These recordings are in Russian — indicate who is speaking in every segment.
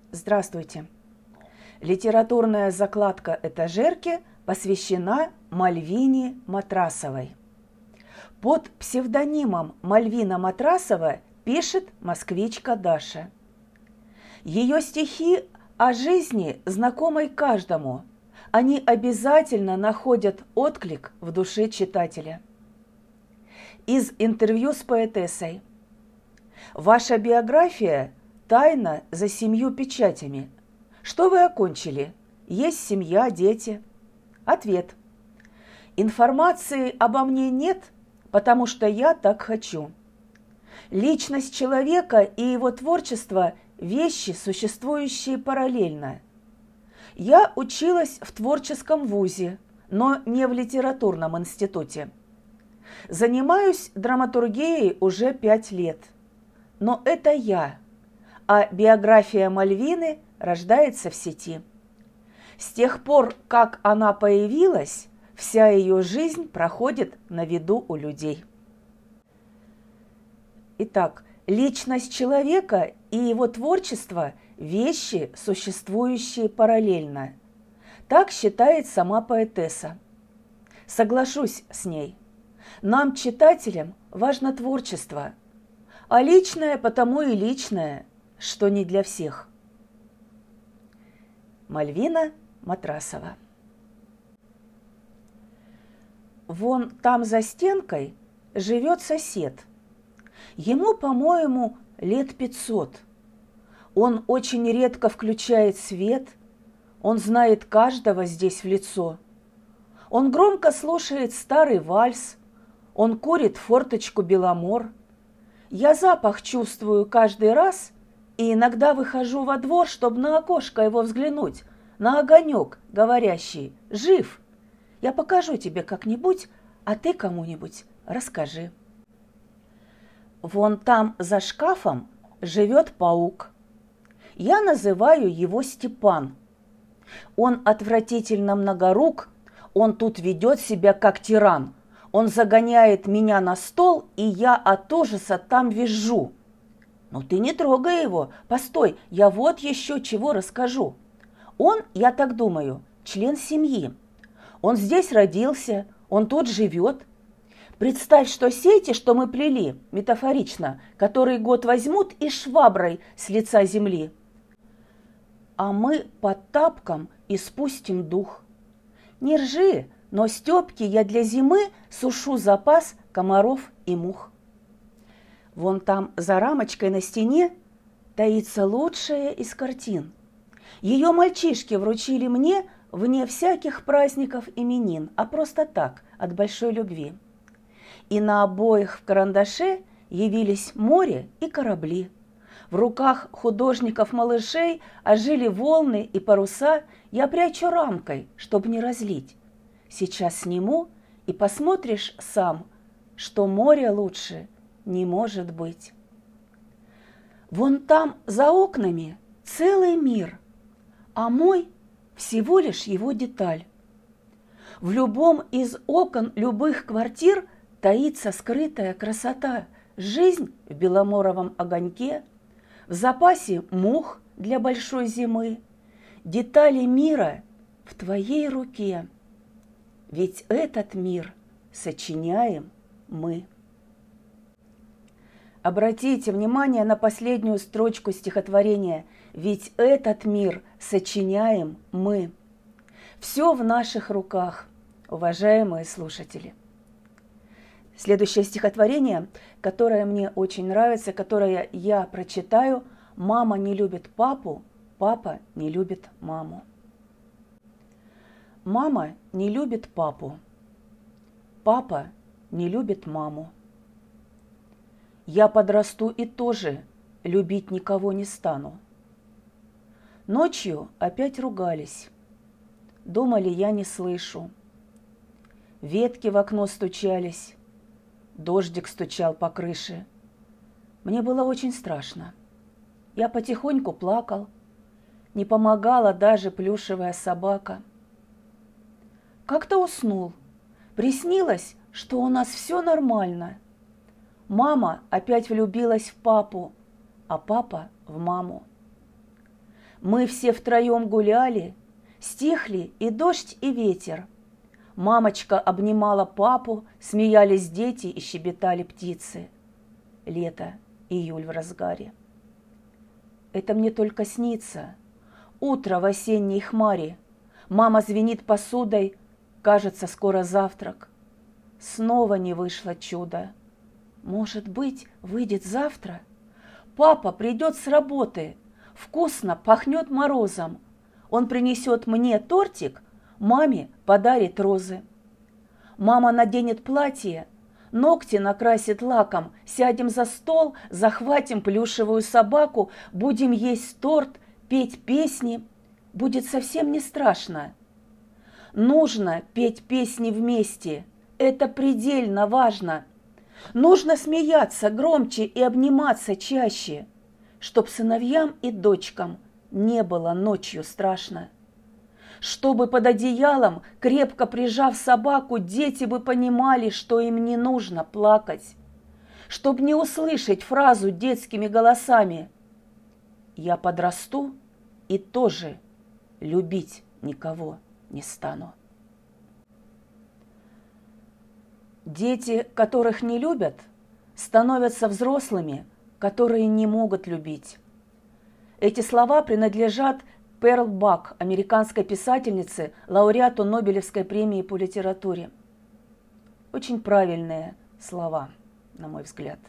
Speaker 1: Здравствуйте! Литературная закладка «Этажерки» посвящена Мальвине Матрасовой. Под псевдонимом Мальвина Матрасова пишет москвичка Даша. Ее стихи о жизни знакомы каждому. Они обязательно находят отклик в душе читателя. Из интервью с поэтессой. Ваша биография – тайна за 7 печатями. Что вы окончили? Есть семья, дети? Ответ. Информации обо мне нет, потому что я так хочу. Личность человека и его творчество – вещи, существующие параллельно. Я училась в творческом вузе, но не в литературном институте. Занимаюсь драматургией уже 5 лет. Но это я, а биография Мальвины рождается в сети. С тех пор, как она появилась, вся ее жизнь проходит на виду у людей. Итак, личность человека и его творчество – вещи, существующие параллельно. Так считает сама поэтесса. Соглашусь с ней. Нам, читателям, важно творчество, а личное потому и личное, что не для всех. Мальвина Матрасова. Вон там за стенкой живет сосед. Ему, по-моему, лет 500. Он очень редко включает свет, он знает каждого здесь в лицо. Он громко слушает старый вальс, он курит форточку «Беломор». Я запах чувствую каждый раз и иногда выхожу во двор, чтобы на окошко его взглянуть, на огонек, говорящий «Жив! Я покажу тебе как-нибудь, а ты кому-нибудь расскажи». Вон там за шкафом живет паук. Я называю его Степан. Он отвратительно многорук, он тут ведет себя как тиран. Он загоняет меня на стол, и я от ужаса там визжу. Ну ты не трогай его, постой, я вот еще чего расскажу. Он, я так думаю, член семьи. Он здесь родился, он тут живет. Представь, что сети, что мы плели, метафорично, который год возьмут и шваброй с лица земли. А мы под тапком и спустим дух. Не ржи, но Степке я для зимы сушу запас комаров и мух. Вон там за рамочкой на стене таится лучшая из картин. Ее мальчишки вручили мне вне всяких праздников именин, а просто так, от большой любви. И на обоих в карандаше явились море и корабли. В руках художников-малышей ожили волны и паруса, я прячу рамкой, чтобы не разлить. Сейчас сниму, и посмотришь сам, что море лучше не может быть. Вон там за окнами целый мир, а мой всего лишь его деталь. В любом из окон любых квартир таится скрытая красота, жизнь в беломоровом огоньке, в запасе мух для большой зимы, детали мира в твоей руке. Ведь этот мир сочиняем мы. Обратите внимание на последнюю строчку стихотворения. Ведь этот мир сочиняем мы. Все в наших руках, уважаемые слушатели. Следующее стихотворение, которое мне очень нравится, которое я прочитаю. «Мама не любит папу, папа не любит маму». Мама не любит папу, папа не любит маму. Я подрасту и тоже любить никого не стану. Ночью опять ругались, думали, я не слышу. Ветки в окно стучались, дождик стучал по крыше. Мне было очень страшно. Я потихоньку плакал, не помогала даже плюшевая собака. Как-то уснул. Приснилось, что у нас все нормально. Мама опять влюбилась в папу, а папа в маму. Мы все втроем гуляли, стихли и дождь, и ветер. Мамочка обнимала папу, смеялись дети и щебетали птицы. Лето, июль в разгаре. Это мне только снится. Утро в осенней хмаре. Мама звенит посудой, кажется, скоро завтрак. Снова не вышло чудо. Может быть, выйдет завтра? Папа придет с работы, вкусно пахнет морозом. Он принесет мне тортик, маме подарит розы. Мама наденет платье, ногти накрасит лаком, сядем за стол, захватим плюшевую собаку, будем есть торт, петь песни. Будет совсем не страшно. Нужно петь песни вместе, это предельно важно. Нужно смеяться громче и обниматься чаще, чтоб сыновьям и дочкам не было ночью страшно. Чтобы под одеялом, крепко прижав собаку, дети бы понимали, что им не нужно плакать. Чтоб не услышать фразу детскими голосами: «Я подрасту и тоже любить никого не стану». Дети, которых не любят, становятся взрослыми, которые не могут любить. Эти слова принадлежат Перл Бак, американской писательнице, лауреату Нобелевской премии по литературе. Очень правильные слова, на мой взгляд.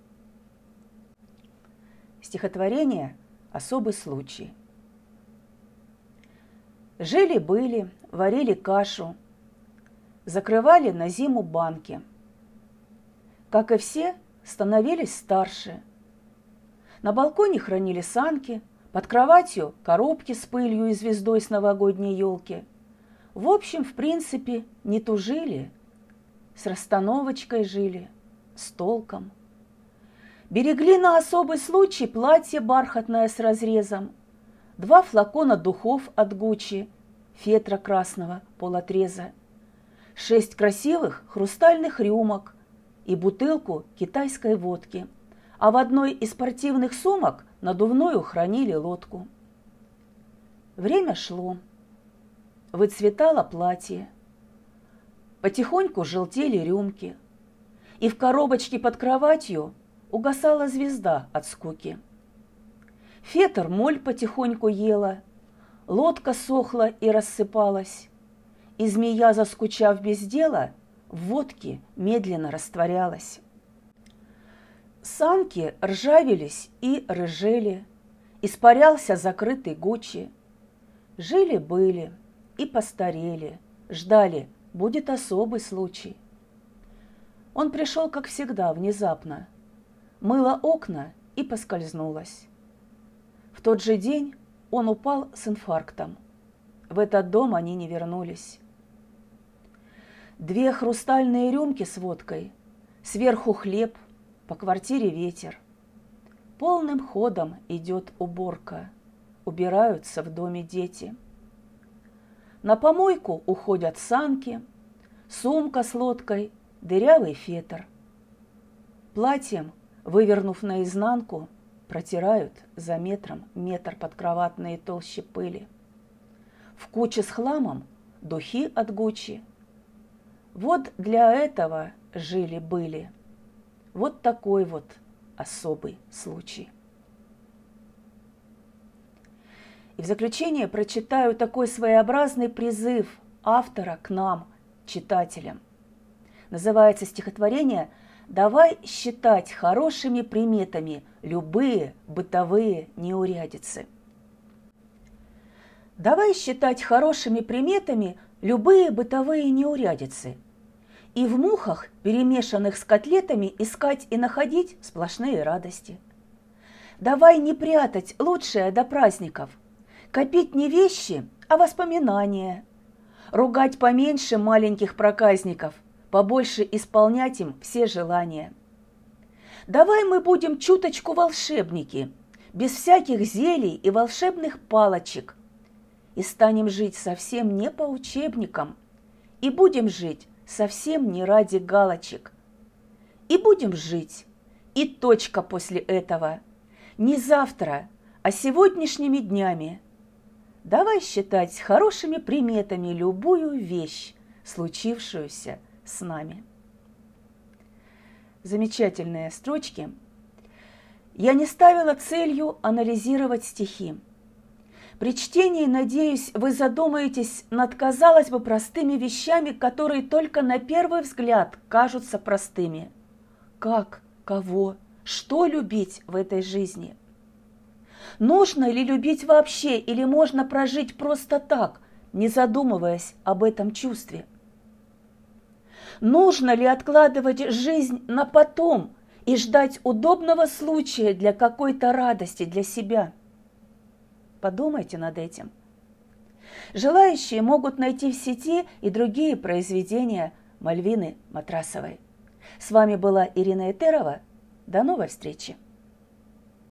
Speaker 1: Стихотворение «Особый случай». Жили-были, варили кашу, закрывали на зиму банки. Как и все, становились старше. На балконе хранили санки, под кроватью коробки с пылью и звездой с новогодней елки. В общем, в принципе, не тужили, с расстановочкой жили, с толком. Берегли на особый случай платье бархатное с разрезом, 2 флакона духов от Гуччи, фетра красного полотреза, 6 красивых хрустальных рюмок и бутылку китайской водки, а в одной из спортивных сумок надувную хранили лодку. Время шло, выцветало платье, потихоньку желтели рюмки, и в коробочке под кроватью угасала звезда от скуки. Фетр моль потихоньку ела, лодка сохла и рассыпалась, и змея, заскучав без дела, в водке медленно растворялась. Санки ржавелись и рыжели, испарялся закрытый Гуччи. Жили-были и постарели, ждали, будет особый случай. Он пришел, как всегда, внезапно, мыла окна и поскользнулась. В тот же день он упал с инфарктом. В этот дом они не вернулись. 2 хрустальные рюмки с водкой, сверху хлеб, по квартире ветер. Полным ходом идет уборка, убираются в доме дети. На помойку уходят санки, сумка с лодкой, дырявый фетр. Платьем, вывернув наизнанку, протирают за метром метр подкроватные толщи пыли. В куче с хламом духи от Гуччи. Вот для этого жили-были. Вот такой вот особый случай. И в заключение прочитаю такой своеобразный призыв автора к нам, читателям. Называется стихотворение «Давай считать хорошими приметами любые бытовые неурядицы». Давай считать хорошими приметами любые бытовые неурядицы. И в мухах, перемешанных с котлетами, искать и находить сплошные радости. Давай не прятать лучшее до праздников, копить не вещи, а воспоминания, ругать поменьше маленьких проказников, побольше исполнять им все желания. Давай мы будем чуточку волшебники, без всяких зелий и волшебных палочек, и станем жить совсем не по учебникам, и будем жить совсем не ради галочек. И будем жить, и точка после этого. Не завтра, а сегодняшними днями, давай считать хорошими приметами любую вещь, случившуюся с нами. Замечательные строчки. Я не ставила целью анализировать стихи. При чтении, надеюсь, вы задумаетесь над, казалось бы, простыми вещами, которые только на первый взгляд кажутся простыми. Как, кого, что любить в этой жизни? Нужно ли любить вообще, или можно прожить просто так, не задумываясь об этом чувстве? Нужно ли откладывать жизнь на потом и ждать удобного случая для какой-то радости для себя? Подумайте над этим. Желающие могут найти в сети и другие произведения Мальвины Матрасовой. С вами была Ирина Этерова. До новой встречи!